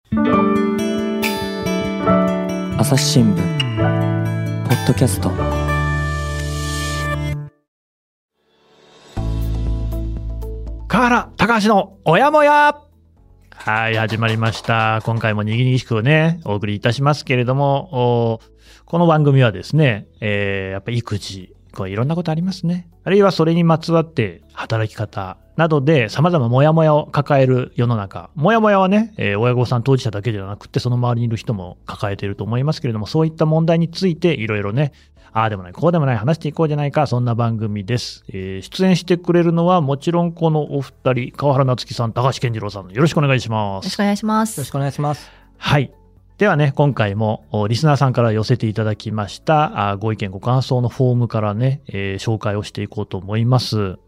朝日新聞ポッドキャスト。 川原高橋のおやもや。はい、始まりました。今回もにぎにぎしくねお送りいたしますけれども、この番組はですね、やっぱり育児、こういろんなことありますね。あるいはそれにまつわって働き方などで様々モヤモヤを抱える世の中。モヤモヤはね、親御さん当事者だけではなくてその周りにいる人も抱えていると思いますけれども、そういった問題についていろいろね、ああでもないこうでもない話していこうじゃないか、そんな番組です。出演してくれるのはもちろんこのお二人、川原夏樹さん、高橋健次郎さん、よろしくお願いします。 よろしくお願いします。 よろしくお願いします。 はい。ではね、今回もリスナーさんから寄せていただきましたご意見ご感想のフォームからね、紹介をしていこうと思います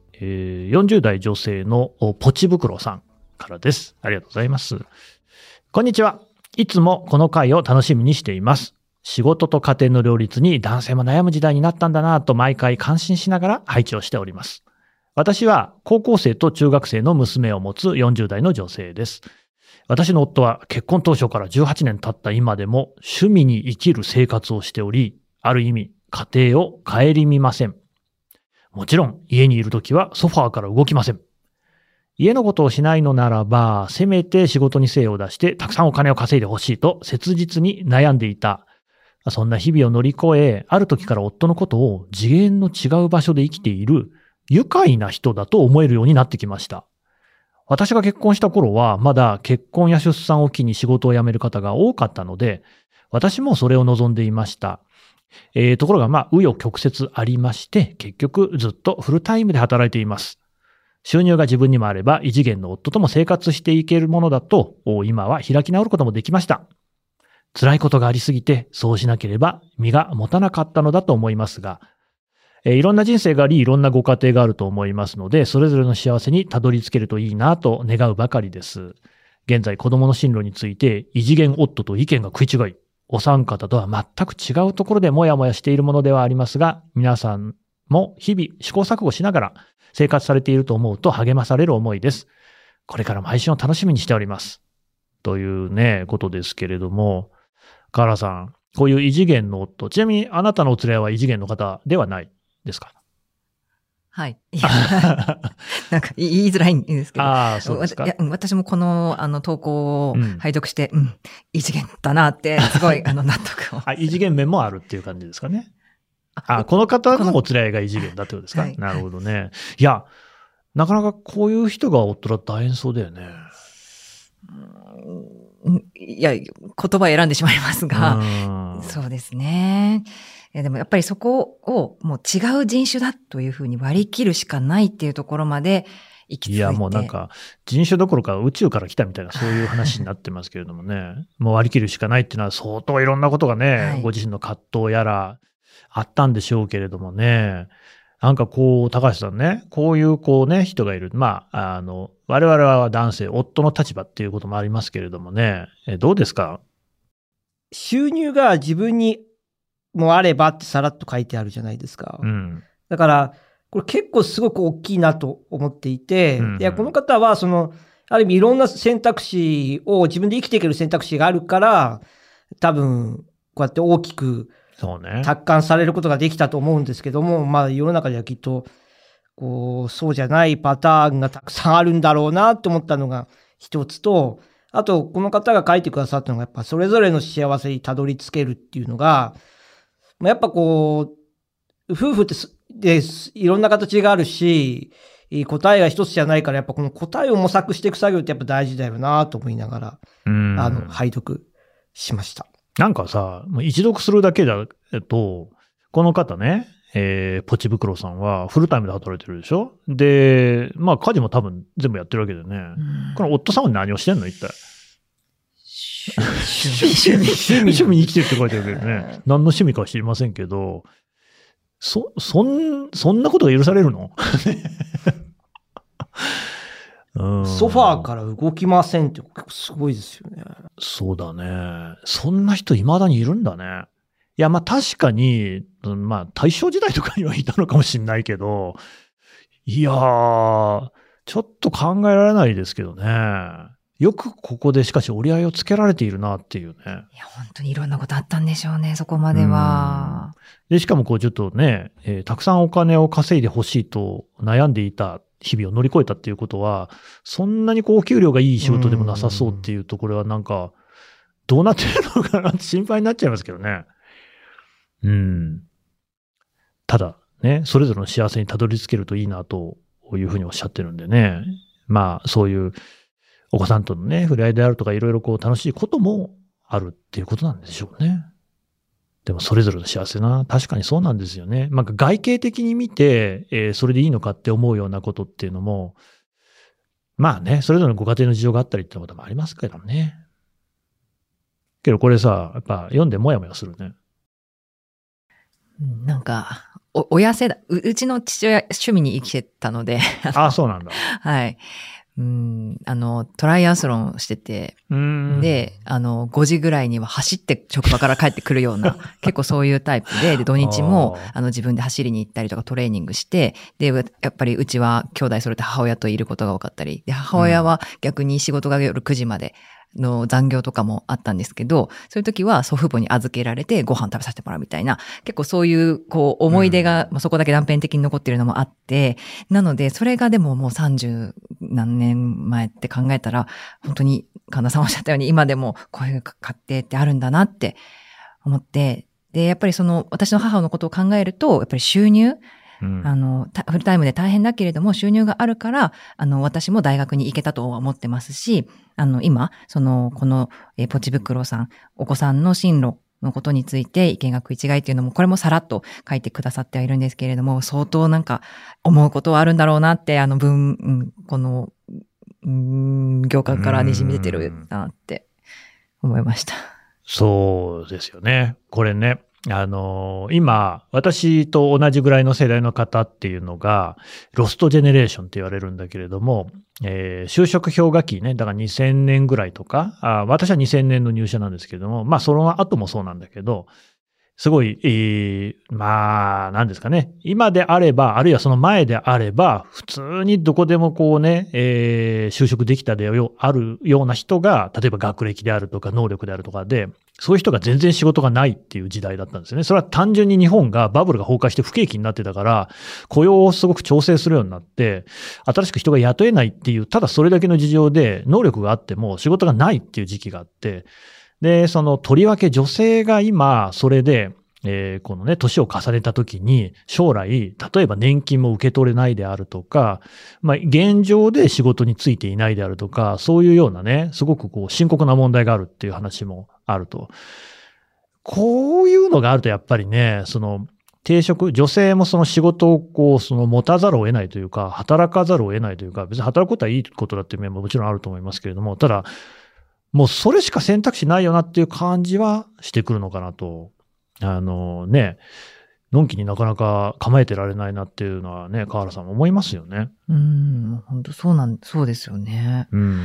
。40代女性のポチ袋さんからです。ありがとうございます。こんにちは。いつもこの回を楽しみにしています。仕事と家庭の両立に男性も悩む時代になったんだなぁと毎回感心しながら配置をしております。私は高校生と中学生の娘を持つ40代の女性です。私の夫は結婚当初から18年経った今でも趣味に生きる生活をしており、ある意味家庭を顧みません。もちろん家にいるときはソファーから動きません。家のことをしないのならば、せめて仕事に精を出してたくさんお金を稼いでほしいと切実に悩んでいた。そんな日々を乗り越え、ある時から夫のことを次元の違う場所で生きている愉快な人だと思えるようになってきました。私が結婚した頃はまだ結婚や出産を機に仕事を辞める方が多かったので、私もそれを望んでいました。ところが紆余曲折ありまして、結局ずっとフルタイムで働いています。収入が自分にもあれば異次元の夫とも生活していけるものだと、今は開き直ることもできました。辛いことがありすぎて、そうしなければ身が持たなかったのだと思いますが、いろんな人生があり、いろんなご家庭があると思いますので、それぞれの幸せにたどり着けるといいなと願うばかりです。現在、子供の進路について、異次元夫と意見が食い違い、お三方とは全く違うところでもやもやしているものではありますが、皆さんも日々試行錯誤しながら生活されていると思うと励まされる思いです。これからも配信を楽しみにしております。というね、ことですけれども、川原さん、こういう異次元の夫、ちなみにあなたのお連れは異次元の方ではないですか？ はい。いやなんか言いづらいんですけど。 ああ、そうですか。 私もこの投稿を拝読して、異次元だなって、すごい納得を。 異次元面もあるっていう感じですかね。この方のお連れ合いが異次元だってことですか？はい、なるほどね。いや、なかなかこういう人が夫だと大変そうだよね。 いや、言葉選んでしまいますが、そうですね。でもやっぱりそこをもう違う人種だというふうに割り切るしかないっていうところまで行き着いて。 いや、もうなんか人種どころか宇宙から来たみたいなそういう話になってますけれどもね。もう割り切るしかないっていうのは相当いろんなことがね、はい、ご自身の葛藤やらあったんでしょうけれどもね。なんかこう、高橋さんね、こういうこうね、人がいる。我々は男性、夫の立場っていうこともありますけれどもね。どうですか？ 収入が自分にもあればってさらっと書いてあるじゃないですか。だから、これ結構すごく大きいなと思っていて、いや、この方はある意味いろんな選択肢を自分で生きていける選択肢があるから、多分、こうやって大きく、達観されることができたと思うんですけども、世の中ではきっとそうじゃないパターンがたくさんあるんだろうなと思ったのが一つと、あとこの方が書いてくださったのがやっぱそれぞれの幸せにたどり着けるっていうのが、やっぱ夫婦ってでいろんな形があるし、答えが一つじゃないから、やっぱこの答えを模索していく作業ってやっぱ大事だよなと思いながら拝読しました。 なんかさ、一読するだけだと、この方ね、ポチ袋さんはフルタイムで働いてるでしょ？で、家事も多分全部やってるわけだよね。この夫さんは何をしてんの一体？趣味に生きてるって書いてあるけどね。何の趣味かは知りませんけど、そんなことが許されるの？ ソファーから動きませんってすごいですよね。 そうだね。そんな人未だにいるんだね。いや、確かに、大正時代とかにはいたのかもしれないけど、いやー、ちょっと考えられないですけどね。 よくここでしかし折り合いをつけられているなっていうね。いや、 本当にいろんなことあったんでしょうね、そこまでは。 で、しかもちょっとね、たくさんお金を稼いでほしいと悩んでいた日々を乗り越えたっていうことは、そんなにお給料がいい仕事でもなさそうっていうところはなんか、どうなってるのかなって心配になっちゃいますけどね。ただね、それぞれの幸せにたどり着けるといいなというふうにおっしゃってるんでね。まあ、そういうお子さんとのね、触れ合いであるとか、いろいろ楽しいこともあるっていうことなんでしょうね。でもそれぞれの幸せな、確かにそうなんですよね。まあ、外形的に見て、それでいいのかって思うようなことっていうのも、まあね、それぞれのご家庭の事情があったりってこともありますけどね。けどこれさ、やっぱ読んでもやもやするね。 なんか、親世代、うちの父親趣味に生きてたので。 あ、そうなんだ。 はい。トライアスロンしてて、で、5時ぐらいには走って職場から帰ってくるような、結構そういうタイプで、土日も、自分で走りに行ったりとかトレーニングして、で、やっぱりうちは兄弟それと母親といることが多かったり、で、母親は逆に仕事が夜9時までの残業とかもあったんですけど、そういう時は祖父母に預けられてご飯食べさせてもらうみたいな、結構そういう、思い出が、そこだけ断片的に残っているのもあって、なので、それがでももう30何年前って考えたら、本当に神田さんおっしゃったように、今でもこういう家庭ってあるんだなって思って、で、やっぱり私の母のことを考えると、やっぱり収入、フルタイムで大変だけれども収入があるから、私も大学に行けたとは思ってますし、今、この、ポチ袋さん、お子さんの進路のことについて意見が食い違いっていうのも、これもさらっと書いてくださってはいるんですけれども、相当なんか思うことはあるんだろうなって、この、行間から滲み出てるなって思いました。 そうですよね。これね。今、私と同じぐらいの世代の方っていうのが、ロストジェネレーションって言われるんだけれども、就職氷河期ね、だから2000年ぐらいとか、私は2000年の入社なんですけれども、まあその後もそうなんだけど、すごい、まあ、なんですかね。今であれば、あるいはその前であれば、普通にどこでも就職できたであるような人が、例えば学歴であるとか能力であるとかで、そういう人が全然仕事がないっていう時代だったんですよね。それは単純に日本がバブルが崩壊して不景気になってたから、雇用をすごく調整するようになって、新しく人が雇えないっていう、ただそれだけの事情で、能力があっても仕事がないっていう時期があって、で、とりわけ女性が今、それで、このね、年を重ねた時に、将来、例えば年金も受け取れないであるとか、まあ、現状で仕事についていないであるとか、そういうようなね、すごく深刻な問題があるっていう話もあると。こういうのがあるとやっぱりね、定職、女性もその仕事を持たざるを得ないというか、働かざるを得ないというか、別に働くことはいいことだっていう面ももちろんあると思いますけれども、ただ、もうそれしか選択肢ないよなっていう感じはしてくるのかなと。のんきになかなか構えてられないなっていうのはね、河原さんも思いますよね。 本当そうですよね。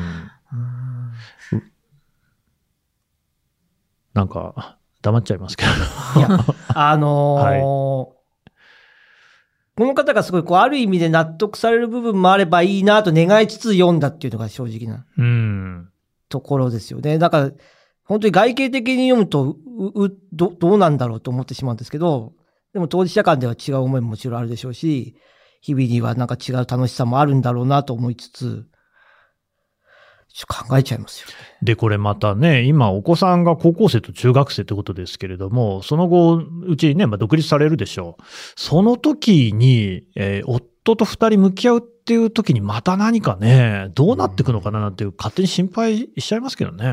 なんか、黙っちゃいますけど。 いや、この方がすごい、ある意味で納得される部分もあればいいなと願いつつ読んだっていうのが正直なところですよね。だから、本当に外形的に読むと、どうなんだろうと思ってしまうんですけど、でも当事者間では違う思いももちろんあるでしょうし、日々にはなんか違う楽しさもあるんだろうなと思いつつ、ちょっと考えちゃいますよね。 で、これまたね、今お子さんが高校生と中学生ってことですけれども、その後、うちね、独立されるでしょう。その時に、夫と二人向き合うっていう時にまた何かね、どうなっていくのかななんていう勝手に心配しちゃいますけどね。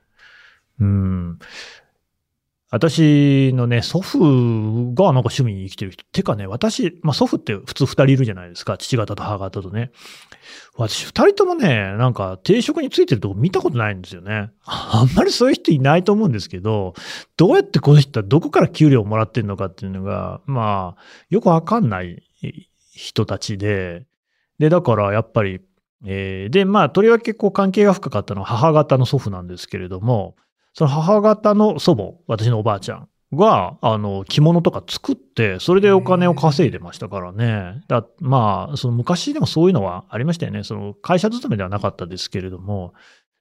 私のね、祖父がなんか趣味に生きてる人。てかね、私、祖父って普通二人いるじゃないですか。父方と母方とね。私二人ともね、なんか定職についてるとこ見たことないんですよね。あんまりそういう人いないと思うんですけど、どうやってこの人はどこから給料をもらってるのかっていうのが、よくわかんない人たちで、だからやっぱり、とりわけ関係が深かったのは母方の祖父なんですけれども、その母方の祖母、私のおばあちゃんが、着物とか作って、それでお金を稼いでましたからね。昔でもそういうのはありましたよね。会社勤めではなかったですけれども。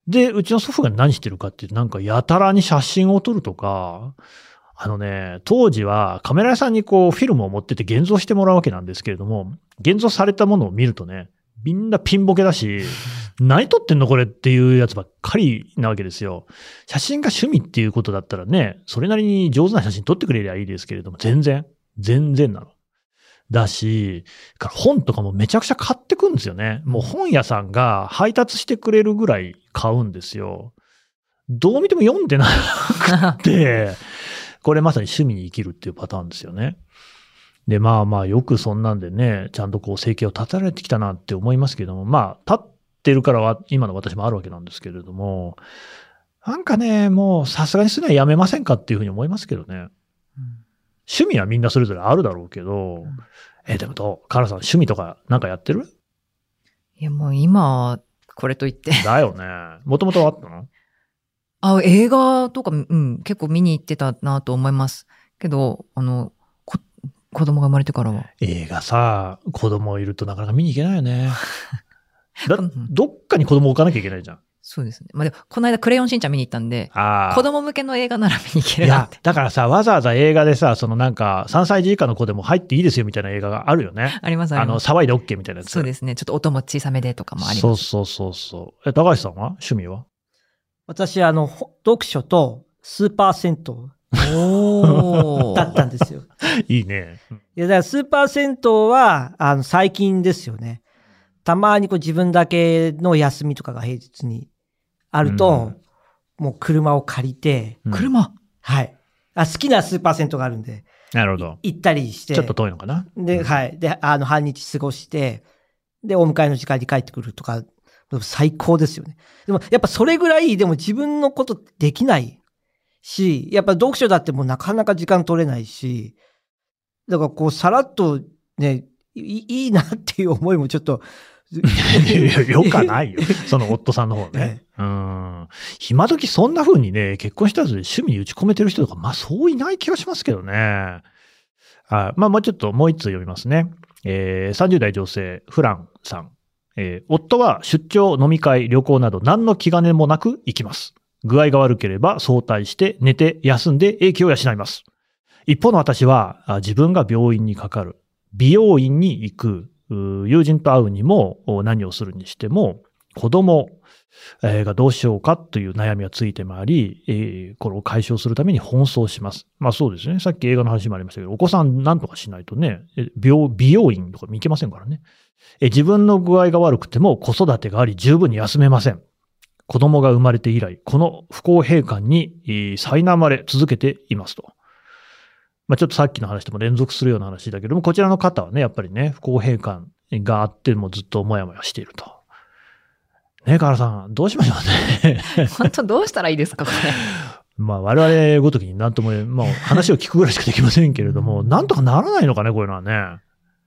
で、うちの祖父が何してるかっていうと、なんかやたらに写真を撮るとか、当時はカメラ屋さんにこうフィルムを持ってって現像してもらうわけなんですけれども、現像されたものを見るとね、みんなピンボケだし、何撮ってんのこれっていうやつばっかりなわけですよ。写真が趣味っていうことだったらね、それなりに上手な写真撮ってくれりゃいいですけれども、全然なの。だし、本とかもめちゃくちゃ買ってくんですよね。もう本屋さんが配達してくれるぐらい買うんですよ。どう見ても読んでなくて、これまさに趣味に生きるっていうパターンですよね。で、まあよくそんなんでね、ちゃんとこう生計を立てられてきたなって思いますけども、立ってるからは今の私もあるわけなんですけれども、なんかね、もうさすがにするのはやめませんかっていうふうに思いますけどね。趣味はみんなそれぞれあるだろうけど、でもカーラさん趣味とかなんかやってる？ いや、もう今、これといって。 だよね。もともとあったの？ 映画とか、結構見に行ってたなと思います。けど、子供が生まれてからは。 映画さ、子供いるとなかなか見に行けないよね。どっかに子供置かなきゃいけないじゃん。 そうですね。でも、この間クレヨンしんちゃん見に行ったんで、子供向けの映画なら見に行けるなって。 いや、だからさ、わざわざ映画でさ、なんか、3歳児以下の子でも入っていいですよみたいな映画があるよね。 あります、あります。 騒いで OK みたいなやつ。 そうですね。ちょっと音も小さめでとかもあります。 そう。高橋さんは趣味は？ 私、読書とスーパー銭湯だったんですよ。 いいね。 いや、だからスーパー銭湯は、最近ですよね。たまに自分だけの休みとかが平日にあると、もう車を借りて。 車？ はい。好きなスーパー銭湯があるんで。 なるほど。 行ったりして。 ちょっと遠いのかな？ で、はい。で、半日過ごして、で、お迎えの時間に帰ってくるとか、最高ですよね。でも、やっぱそれぐらい、でも自分のことできないし、やっぱ読書だってもうなかなか時間取れないし、だからさらっとね、いいなっていう思いもちょっと。 よかないよ。その夫さんの方ね。今時そんな風にね、結婚した後で趣味に打ち込めてる人とか、そういない気がしますけどね。もうちょっと、もう一通読みますね。30代女性、フランさん。夫は出張、飲み会、旅行など何の気兼ねもなく行きます。具合が悪ければ早退して寝て休んで英気を養います。一方の私は自分が病院にかかる、美容院に行く、友人と会うにも何をするにしても子供がどうしようかという悩みがついて回り、これを解消するために奔走します。そうですね。さっき映画の話もありましたけど、お子さんなんとかしないとね、美容院とか行けませんからね。自分の具合が悪くても子育てがあり十分に休めません。子供が生まれて以来、この不公平感に苛まれ続けていますと。ちょっとさっきの話とも連続するような話だけども、こちらの方はね、やっぱりね、不公平感があってもずっともやもやしていると。ね、河原さん、どうしましょうね。 本当どうしたらいいですか、これ。 我々ごときになんとも、話を聞くぐらいしかできませんけれども、なんとかならないのかね、こういうのはね。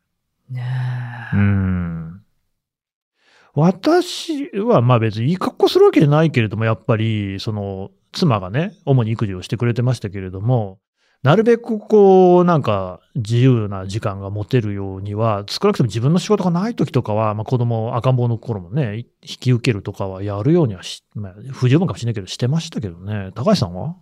私は別にいい格好するわけじゃないけれども、やっぱり、妻がね、主に育児をしてくれてましたけれども、なるべくなんか自由な時間が持てるようには、少なくとも自分の仕事がない時とかは、子供赤ん坊の頃もね、引き受けるとかはやるようには不十分かもしれないけどしてましたけどね。高橋さんは？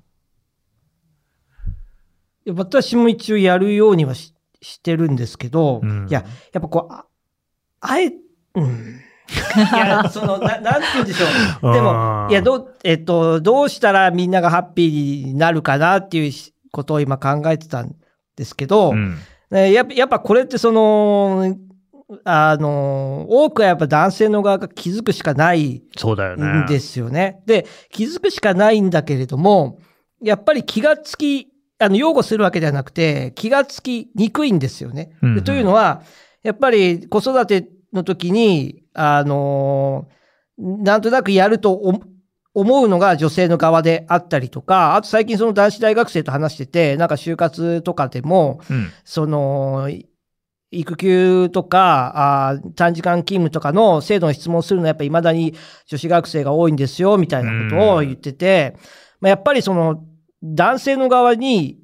私も一応やるようにはしてるんですけど、やっぱいや、なんて言うんでしょう。でも、どうしたらみんながハッピーになるかなっていうことを今考えてたんですけど、やっぱこれって多くはやっぱ男性の側が気づくしかないんですよね。で、気づくしかないんだけれども、やっぱり気がつき、擁護するわけではなくて、気がつきにくいんですよね。というのは、やっぱり子育ての時に、なんとなくやると思うのが女性の側であったりとか、あと最近男子大学生と話してて、なんか就活とかでも、育休とか短時間勤務とかの制度の質問をするのはやっぱり未だに女子学生が多いんですよ、みたいなことを言ってて、やっぱり男性の側に、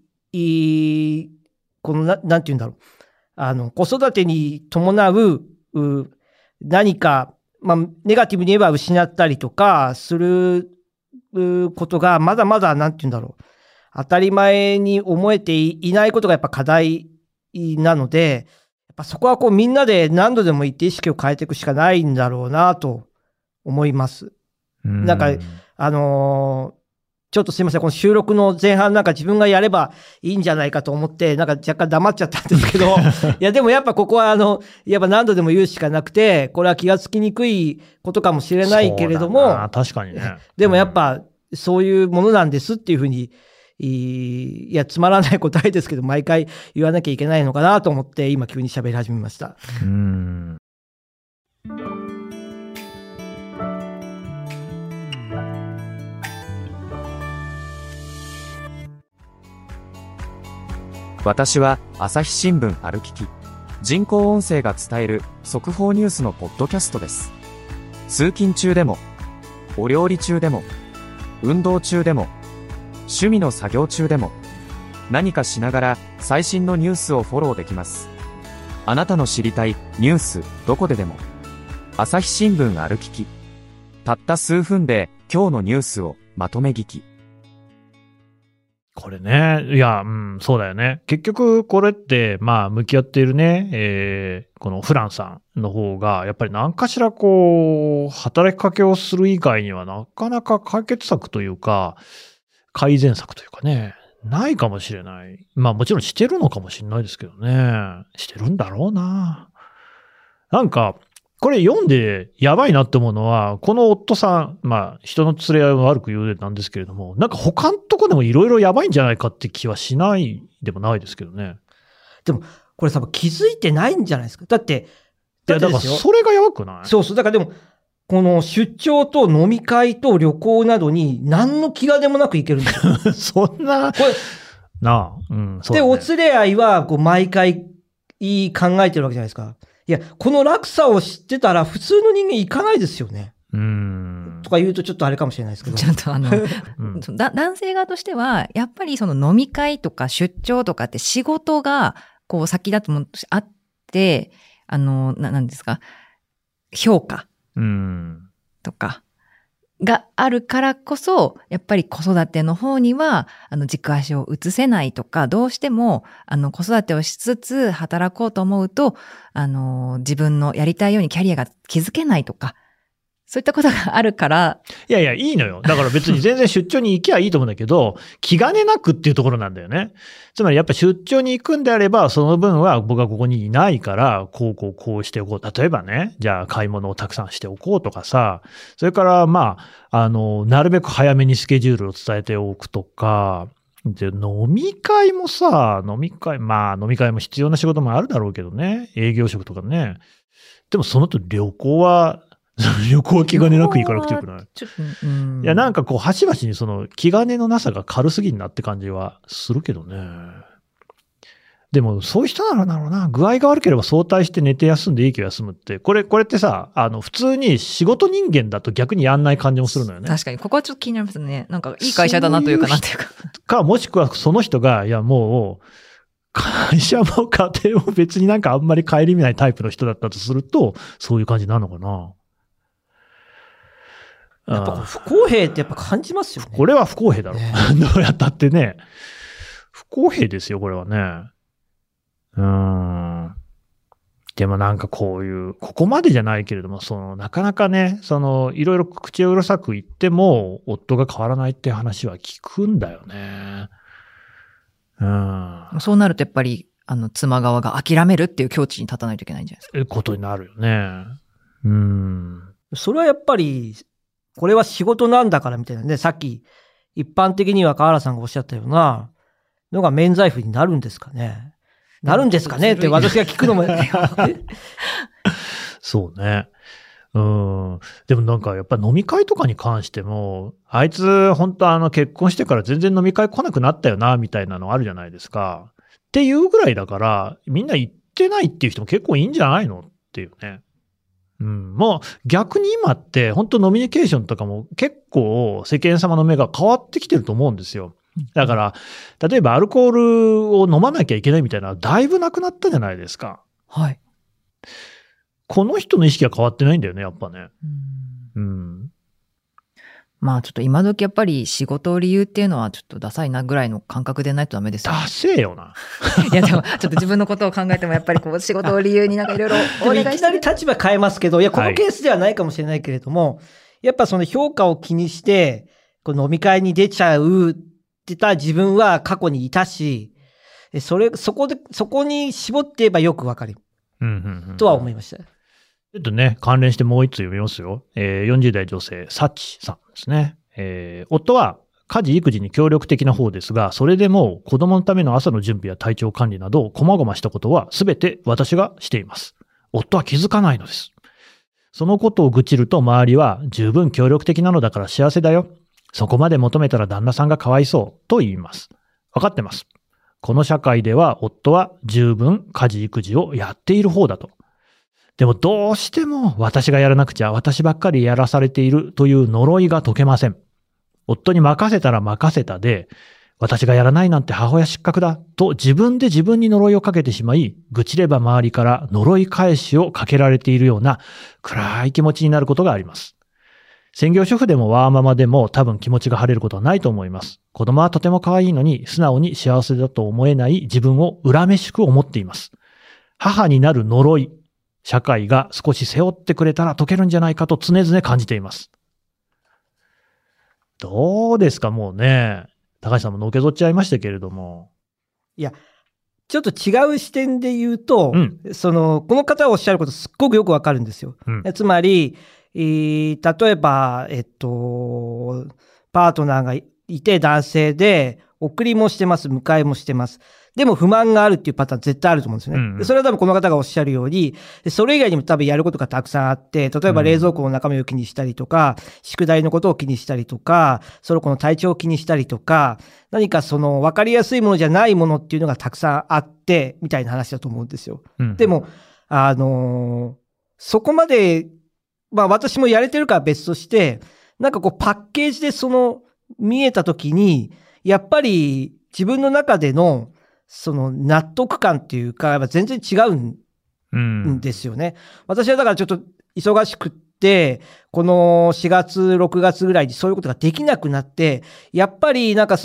なんて言うんだろう。子育てに伴う、何か、 ネガティブに言えば失ったりとかすることがまだまだなんて言うんだろう。当たり前に思えていないことがやっぱ課題なので、やっぱそこはこうみんなで何度でも言って意識を変えていくしかないんだろうなと思います。なんか、ちょっとすいません、この収録の前半なんか自分がやればいいんじゃないかと思って、なんか若干黙っちゃったんですけど、いやでもやっぱここはやっぱ何度でも言うしかなくて、これは気がつきにくいことかもしれないけれども、 確かにね。 でもやっぱそういうものなんですっていうふうに、いや、つまらない答えですけど、毎回言わなきゃいけないのかなと思って、今急に喋り始めました。 私は朝日新聞ある聞き。人工音声が伝える速報ニュースのポッドキャストです。通勤中でも、お料理中でも、運動中でも、趣味の作業中でも、何かしながら最新のニュースをフォローできます。あなたの知りたいニュースどこででも。朝日新聞ある聞き。たった数分で今日のニュースをまとめ聞き。 これね、いや、そうだよね。結局これって、向き合っているね、このフランさんの方が、やっぱり何かしらこう、働きかけをする以外にはなかなか解決策というか、改善策というかね、ないかもしれない。もちろんしてるのかもしれないですけどね。してるんだろうな。なんか、これ読んでやばいなって思うのは、この夫さん、人の連れ合いを悪く言うなんですけれども、なんか他のとこでもいろいろやばいんじゃないかって気はしないでもないですけどね。 でも、これ多分気づいてないんじゃないですか。だって、 いや、だからそれがやばくない？ そうそう。だからでも、この出張と飲み会と旅行などに何の気がでもなく行けるんですよ。 そんな、これ、 そう、ね。で、お連れ合いはこう毎回考えてるわけじゃないですか。いや、この落差を知ってたら普通の人間行かないですよね。とか言うとちょっとあれかもしれないですけど。 ちょっと男性側としては、やっぱりその飲み会とか出張とかって仕事がこう先立つものとしてあって、何ですか、評価とかがあるからこそ、やっぱり子育ての方には軸足を移せないとか、どうしても子育てをしつつ働こうと思うと自分のやりたいようにキャリアが築けないとか、そういったことがあるから。 いやいや、いいのよ。だから別に全然出張に行きゃいいと思うんだけど、気兼ねなくっていうところなんだよね。つまりやっぱ出張に行くんであれば、その分は僕はここにいないから、こうしておこう。例えばね、じゃあ買い物をたくさんしておこうとかさ、それからなるべく早めにスケジュールを伝えておくとか、で、飲み会も必要な仕事もあるだろうけどね。営業職とかね。でもそのと旅行は気兼ねなく行かなくてよくない？いや、なんかこう、端々にその気兼ねのなさが軽すぎんなって感じはするけどね。でも、そういう人なんだろうな。具合が悪ければ早退して寝て休んでいい気が休むって。これってさ、普通に仕事人間だと逆にやんない感じもするのよね。 確かに、ここはちょっと気になりますね。なんか、いい会社だなというかなというか。 もしくはその人が、いや、もう、会社も家庭も別になんかあんまり顧みないタイプの人だったとすると、そういう感じなのかな。 やっぱ不公平ってやっぱ感じますよね。 これは不公平だろ。ね、どうやったってね。不公平ですよ、これはね。でもなんかここまでじゃないけれども、なかなかね、いろいろ口をうるさく言っても、夫が変わらないって話は聞くんだよね。 そうなるとやっぱり、妻側が諦めるっていう境地に立たないといけないんじゃないですか。 ことになるよね。 それはやっぱり、これは仕事なんだからみたいなね、さっき一般的には河原さんがおっしゃったようなのが免罪符になるんですかね。なるんですかねって私が聞くのも。 そうね。でもなんかやっぱ飲み会とかに関しても、あいつ本当結婚してから全然飲み会来なくなったよな、みたいなのあるじゃないですか。っていうぐらいだから、みんな行ってないっていう人も結構いいんじゃないのっていうね。もう逆に今って本当ノミニケーションとかも結構世間様の目が変わってきてると思うんですよ。だから、例えばアルコールを飲まなきゃいけないみたいなのはだいぶなくなったじゃないですか。 はい。 この人の意識は変わってないんだよね、やっぱね。 まあちょっと今時やっぱり仕事を理由っていうのはちょっとダサいなぐらいの感覚でないとダメですよね。 ダセえよな。 いやでもちょっと自分のことを考えてもやっぱりこう仕事を理由になんかいろいろお願いして。 いきなり立場変えますけど、いや、このケースではないかもしれないけれども、やっぱその評価を気にして、この飲み会に出ちゃうって言った自分は過去にいたし、そこに絞って言えばよくわかる。とは思いました。 ちょっとね、関連してもう一つ読みますよ。40代女性、サチさんですね。夫は家事育児に協力的な方ですが、それでも子供のための朝の準備や体調管理など、細々したことは全て私がしています。夫は気づかないのです。そのことを愚痴ると周りは十分協力的なのだから幸せだよ。そこまで求めたら旦那さんがかわいそうと言います。わかってます。この社会では夫は十分家事育児をやっている方だと。でもどうしても私がやらなくちゃ私ばっかりやらされているという呪いが解けません。夫に任せたら任せたで、私がやらないなんて母親失格だと自分で自分に呪いをかけてしまい、愚痴れば周りから呪い返しをかけられているような暗い気持ちになることがあります。専業主婦でもワーママでも多分気持ちが晴れることはないと思います。子供はとても可愛いのに素直に幸せだと思えない自分を恨めしく思っています。母になる呪い。社会が少し背負ってくれたら解けるんじゃないかと常々感じています。どうですか、もうね。高橋さんものけぞっちゃいましたけれども。 いや、ちょっと違う視点で言うと、この方がおっしゃることすっごくよくわかるんですよ。つまり、例えば、パートナーがいて男性で、送りもしてます、迎えもしてます。でも不満があるっていうパターン絶対あると思うんですよね。それは多分この方がおっしゃるように、それ以外にも多分やることがたくさんあって、例えば冷蔵庫の中身を気にしたりとか、宿題のことを気にしたりとか、その子の体調を気にしたりとか、何かその分かりやすいものじゃないものっていうのがたくさんあって、みたいな話だと思うんですよ。でも、そこまで、まあ私もやれてるから別として、なんかこうパッケージで見えたときに、やっぱり自分の中でのその納得感っていうか、全然違うんですよね。私はだからちょっと忙しくって、この4月、6月ぐらいにそういうことができなくなって、やっぱりなんか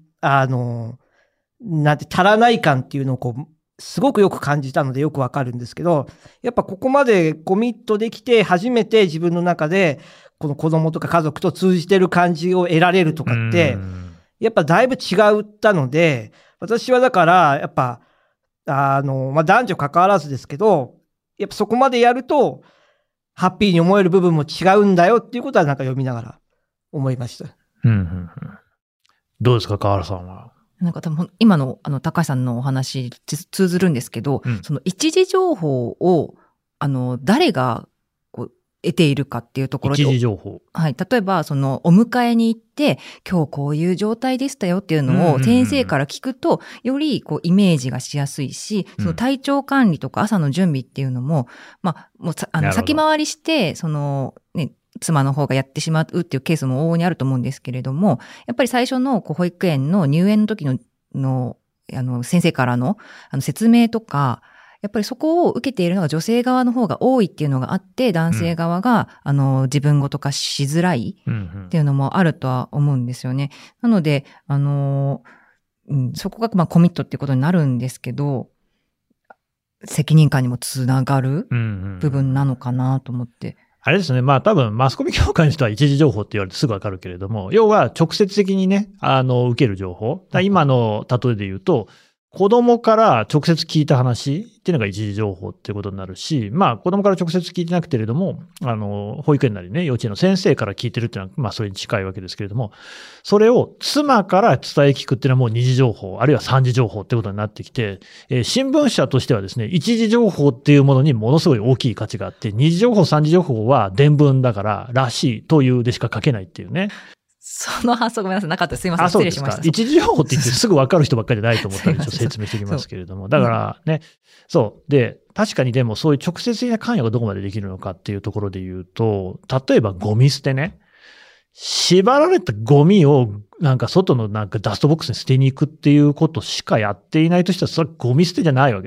なんて足らない感っていうのをすごくよく感じたのでよくわかるんですけど、やっぱここまでコミットできて初めて自分の中でこの子供とか家族と通じてる感じを得られるとかって、やっぱだいぶ違ったので、私はだから、やっぱ、男女関わらずですけど、やっぱそこまでやると、ハッピーに思える部分も違うんだよっていうことはなんか読みながら思いました。 どうですか、河原さんは。 なんか多分今の高橋さんのお話通ずるんですけど、その一時情報を、誰が得ているかっていうところで。 一時情報。 はい。例えば、お迎えに行って、今日こういう状態でしたよっていうのを先生から聞くと、よりイメージがしやすいし、その体調管理とか朝の準備っていうのも、もう先回りして、妻の方がやってしまうっていうケースも往々にあると思うんですけれども、やっぱり最初の保育園の入園の時の先生からの説明とか、やっぱりそこを受けているのが女性側の方が多いっていうのがあって、男性側が、自分ごと化しづらいっていうのもあるとは思うんですよね。なので、そこがコミットっていうことになるんですけど、責任感にもつながる部分なのかなと思って。 あれですね。多分マスコミ協会の人は一時情報って言われてすぐわかるけれども、要は直接的にね、受ける情報。今の例えで言うと、子供から直接聞いた話っていうのが一時情報っていうことになるし、子供から直接聞いてなくてれども、保育園なりね、幼稚園の先生から聞いてるっていうのは、それに近いわけですけれども、それを妻から伝え聞くっていうのはもう二次情報、あるいは三次情報ってことになってきて、新聞社としてはですね、一次情報っていうものにものすごい大きい価値があって、二次情報、三次情報は伝聞だから、らしいというでしか書けないっていうね。 その発想ごめんなさい。なかった。すいません。失礼しました。 一時情報って言ってすぐ分かる人ばっかりじゃないと思ったら一応説明しておきますけれども。だからね、そう。で、確かにでもそういう直接的な関与がどこまでできるのかっていうところで言うと、例えばゴミ捨てね。縛られたゴミをなんか外のなんかダストボックスに捨てに行くっていうことしかやっていないとしたら、それはゴミ捨てじゃないわけですよ。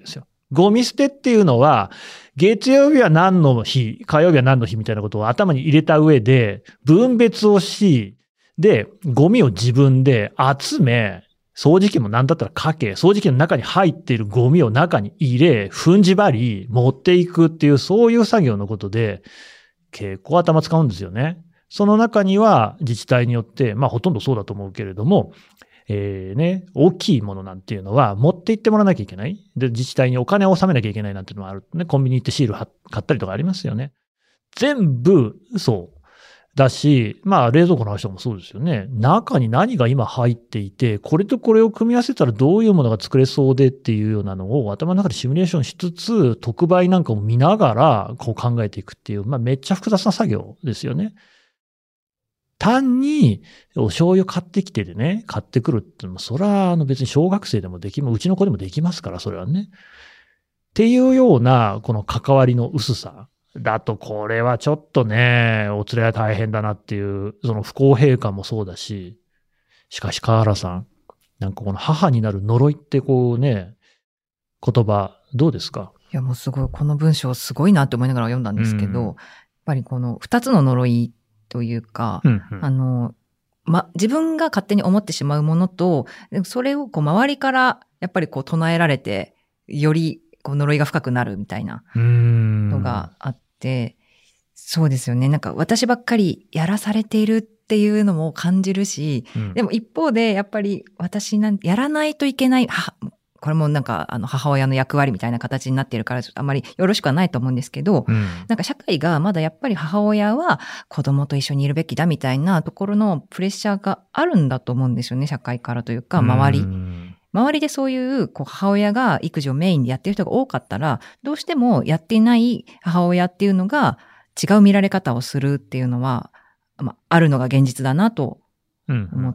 ゴミ捨てっていうのは、月曜日は何の日、火曜日は何の日みたいなことを頭に入れた上で、分別をし、で、ゴミを自分で集め、掃除機も何だったらかけ、掃除機の中に入っているゴミを中に入れ、踏ん縛り、持っていくっていう、そういう作業のことで、結構頭使うんですよね。その中には自治体によって、まあほとんどそうだと思うけれども、大きいものなんていうのは持って行ってもらわなきゃいけない。で、自治体にお金を納めなきゃいけないなんていうのがある。ね、コンビニ行ってシール買ったりとかありますよね。全部、そう。だし、まあ冷蔵庫の話とかもそうですよね。中に何が今入っていて、これとこれを組み合わせたらどういうものが作れそうでっていうようなのを頭の中でシミュレーションしつつ、特売なんかも見ながらこう考えていくっていう、まあめっちゃ複雑な作業ですよね。単にお醤油買ってきてでね、買ってくるってのも、それは別に小学生でもうちの子でもできますから、それはね。っていうような、この関わりの薄さだと、これはちょっとね、お連れは大変だなっていう、その不公平感もそうだし、しかし川原さん、なんかこの母になる呪いってこうね、言葉、どうですか？ いや、もうすごい、この文章すごいなって思いながら読んだんですけど、やっぱりこの二つの呪いというか、自分が勝手に思ってしまうものと、それをこう周りからやっぱりこう唱えられて、よりこう呪いが深くなるみたいなのがあって、そうですよね。なんか私ばっかりやらされているっていうのも感じるし、でも一方でやっぱりやらないといけない、これもなんか母親の役割みたいな形になっているからちょっとあんまりよろしくはないと思うんですけど、なんか社会がまだやっぱり母親は子供と一緒にいるべきだみたいなところのプレッシャーがあるんだと思うんですよね、社会からというか周りでそういうこう母親が育児をメインでやっている人が多かったら、どうしてもやっていない母親っていうのが違う見られ方をするっていうのは、あるのが現実だなと思って、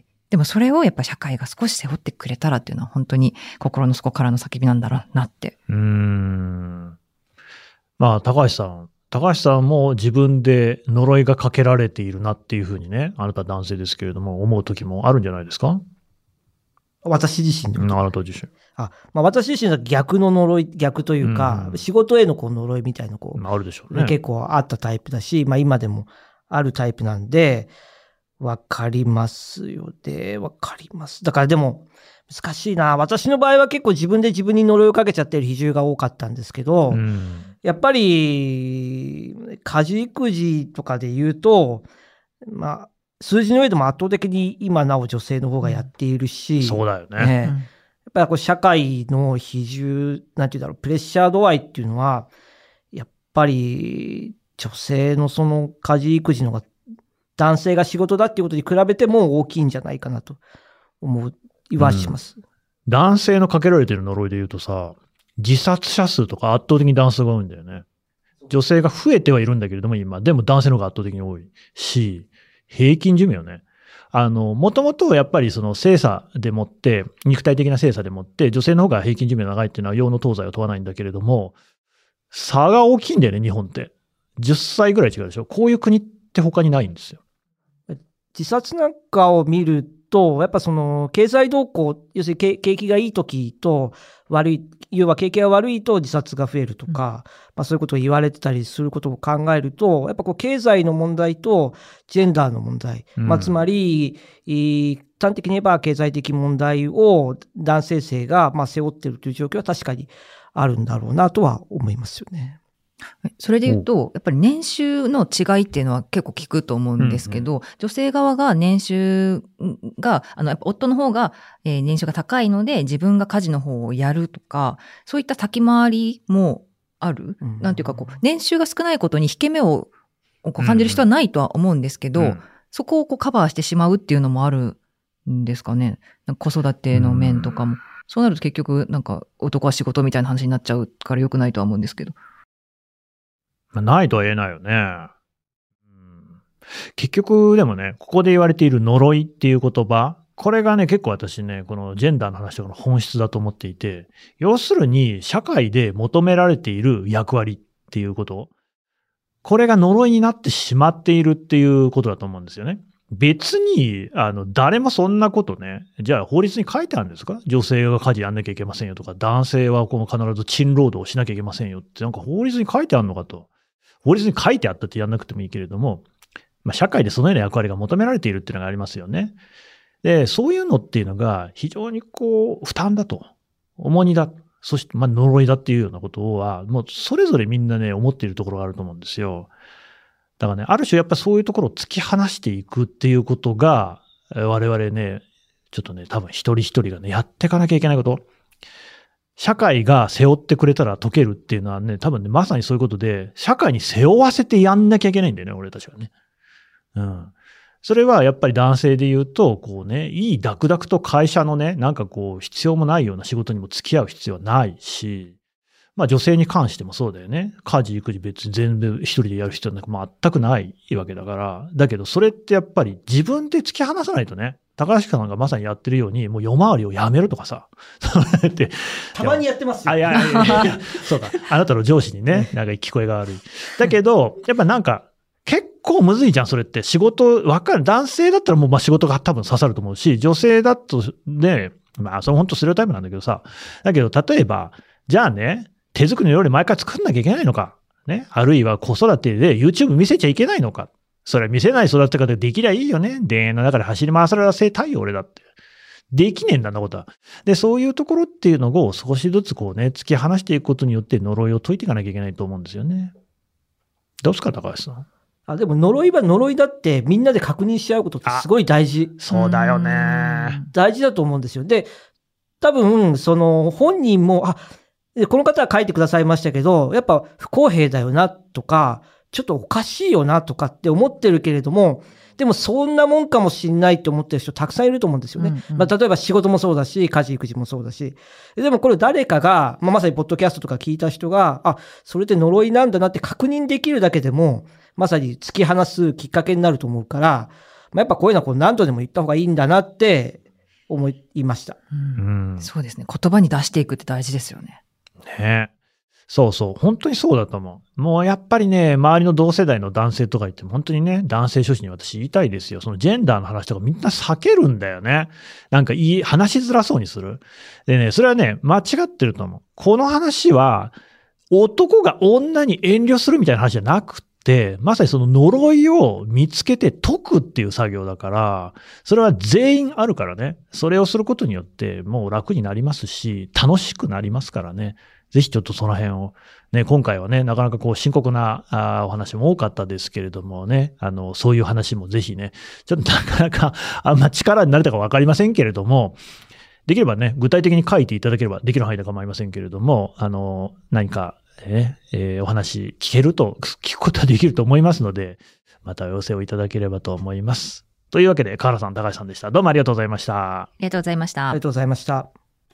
でもそれをやっぱ社会が少し背負ってくれたらっていうのは本当に心の底からの叫びなんだろうなって。 まあ、高橋さんも自分で呪いがかけられているなっていうふうにね、あなた男性ですけれども、思う時もあるんじゃないですか？ 私自身であなた自身。 私自身は逆の呪い、逆というか、仕事へのこう呪いみたいなあるでしょうね。 結構あったタイプだし、今でもあるタイプなんで、わかりますよね。わかります。だからでも、難しいな。私の場合は結構自分で自分に呪いをかけちゃってる比重が多かったんですけど、やっぱり、家事育児とかで言うと、数字の上でも圧倒的に今なお女性の方がやっているし、 そうだよね。 やっぱりこう社会の比重、なんていうんだろう、プレッシャー度合いっていうのは、やっぱり女性のその家事育児の方が男性が仕事だっていうことに比べても大きいんじゃないかなと思いはします。 男性のかけられてる呪いで言うとさ、自殺者数とか圧倒的に男性が多いんだよね。女性が増えてはいるんだけれども今、でも男性の方が圧倒的に多いし、平均寿命ね。もともとやっぱりその性差でもって、肉体的な性差でもって、女性の方が平均寿命長いっていうのは洋の東西を問わないんだけれども、差が大きいんだよね、日本って。10歳ぐらい違うでしょ。こういう国って他にないんですよ。 自殺なんかを見ると、やっぱその経済動向、要するに景気がいい時と悪い、要は景気が悪いと自殺が増えるとか、そういうことを言われてたりすることを考えると、やっぱこう経済の問題とジェンダーの問題、つまり、端的に言えば経済的問題を男性性が背負っているという状況は確かにあるんだろうなとは思いますよね。 それで言うと、やっぱり年収の違いっていうのは結構聞くと思うんですけど、女性側が年収が、やっぱ夫の方が、年収が高いので自分が家事の方をやるとか、そういった先回りもある。なんていうか年収が少ないことに引け目を感じる人はないとは思うんですけど、そこをカバーしてしまうっていうのもあるんですかね。子育ての面とかも。そうなると結局なんか男は仕事みたいな話になっちゃうから良くないとは思うんですけど。 ないとは言えないよね。結局でもね、ここで言われている呪いっていう言葉、これがね、結構私ね、このジェンダーの話とかの本質だと思っていて、要するに社会で求められている役割っていうこと、これが呪いになってしまっているっていうことだと思うんですよね。 別に、誰もそんなことね、じゃあ法律に書いてあるんですか？女性が家事やんなきゃいけませんよとか、男性はこの必ず賃労働をしなきゃいけませんよって、なんか法律に書いてあるのかと。法律に書いてあったってやんなくてもいいけれども、社会でそのような役割が求められているっていうのがありますよね。で、そういうのっていうのが非常に負担だと。重荷だ。そして、呪いだっていうようなことは、もうそれぞれみんなね、思っているところがあると思うんですよ。だからね、ある種やっぱそういうところを突き放していくっていうことが、我々ね、ちょっとね、多分一人一人がね、やっていかなきゃいけないこと。社会が背負ってくれたら解けるっていうのはね、多分ね、まさにそういうことで、社会に背負わせてやんなきゃいけないんだよね、俺たちはね。それはやっぱり男性で言うと、いいダクダクと会社のね、必要もないような仕事にも付き合う必要はないし、女性に関してもそうだよね。家事、育児別に全部一人でやる必要は全くないわけだから。だけどそれってやっぱり自分で突き放さないとね。高橋さんがまさにやってるように、もう夜回りをやめるとかさ。 たまにやってますよ。 いや、そうか。あなたの上司にね、聞こえが悪い。だけど、やっぱ結構むずいじゃん、それって。仕事、男性だったらもう仕事が多分刺さると思うし、女性だとね、それ本当ステレオタイプなんだけどさ。だけど、例えば、じゃあね、手作りの料理毎回作んなきゃいけないのか。ね。あるいは子育てで YouTube 見せちゃいけないのか。それ見せない育て方できりゃいいよね。田園の中で走り回らせたいよ、俺だって。できねえんだなことは。で、そういうところっていうのを少しずつ突き放していくことによって呪いを解いていかなきゃいけないと思うんですよね。どうですか、高橋さん。 でも呪いは呪いだってみんなで確認し合うことってすごい大事。 そうだよね。 大事だと思うんですよ。で、多分、本人も、この方は書いてくださいましたけど、やっぱ不公平だよなとか、ちょっとおかしいよなとかって思ってるけれども、でもそんなもんかもしんないって思ってる人たくさんいると思うんですよね。例えば仕事もそうだし、家事育児もそうだし。でもこれ誰かが、まさにポッドキャストとか聞いた人が、それって呪いなんだなって確認できるだけでも、まさに突き放すきっかけになると思うから、やっぱこういうのは何度でも言った方がいいんだなって思いました。 そうですね。言葉に出していくって大事ですよね。 ね。そうそう。本当にそうだと思う。もうやっぱりね、周りの同世代の男性とか言っても本当にね、男性諸子に私言いたいですよ。そのジェンダーの話とかみんな避けるんだよね。話しづらそうにする。でね、それはね、間違ってると思う。この話は、男が女に遠慮するみたいな話じゃなくて、まさにその呪いを見つけて解くっていう作業だから、それは全員あるからね。それをすることによってもう楽になりますし、楽しくなりますからね。ぜひちょっとその辺を、ね、今回はね、なかなか深刻なお話も多かったですけれどもね、そういう話もぜひね、ちょっとなかなかあんま力になれたかわかりませんけれども、できればね、具体的に書いていただければできる範囲で構いませんけれども、何か、お話聞くことはできると思いますので、またお寄せをいただければと思います。というわけで、河原さん、高橋さんでした。どうもありがとうございました。 ありがとうございました。 ありがとうございました。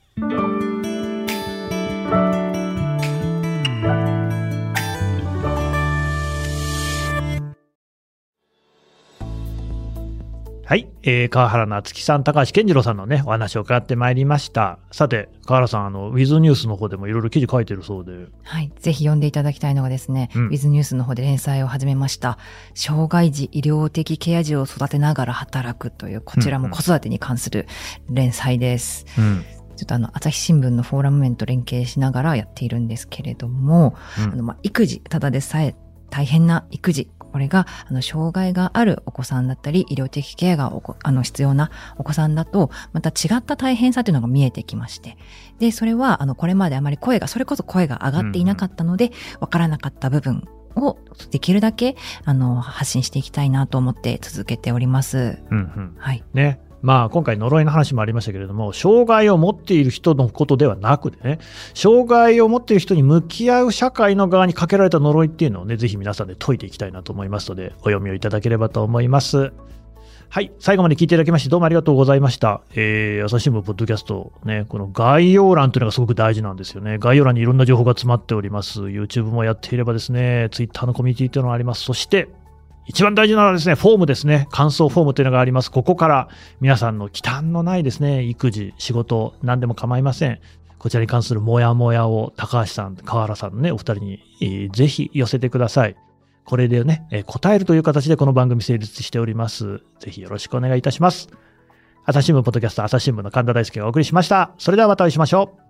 はい。川原夏樹さん、高橋健次郎さんのね、お話を伺ってまいりました。さて、川原さん、ウィズニュースの方でもいろいろ記事書いてるそうで。 はい。ぜひ読んでいただきたいのがですね、ウィズニュースの方で連載を始めました。障害児医療的ケア児を育てながら働くという、こちらも子育てに関する連載です。ちょっと朝日新聞のフォーラム面と連携しながらやっているんですけれども、育児、ただでさえ大変な育児、これが、障害があるお子さんだったり、医療的ケアが必要なお子さんだと、また違った大変さというのが見えてきまして。で、それは、これまであまりそれこそ声が上がっていなかったので、わからなかった部分をできるだけ、発信していきたいなと思って続けております。はい。 ね。今回呪いの話もありましたけれども、障害を持っている人のことではなくてね、障害を持っている人に向き合う社会の側にかけられた呪いっていうのをね、ぜひ皆さんで解いていきたいなと思いますので、お読みをいただければと思います。はい。最後まで聞いていただきましてどうもありがとうございました。朝日新聞ポッドキャストね、この概要欄というのがすごく大事なんですよね。概要欄にいろんな情報が詰まっております。YouTube もやっていればですね、Twitter のコミュニティというのがあります。そして、一番大事なのはですね、フォームですね。感想フォームというのがあります。ここから皆さんの忌憚のないですね、育児、仕事、何でも構いません。こちらに関するモヤモヤを高橋さん、川原さんのね、お二人に、ぜひ寄せてください。 これでね、答えるという形でこの番組成立しております。ぜひよろしくお願いいたします。朝日新聞ポッドキャスト朝日新聞の神田大輔がお送りしました。それではまたお会いしましょう。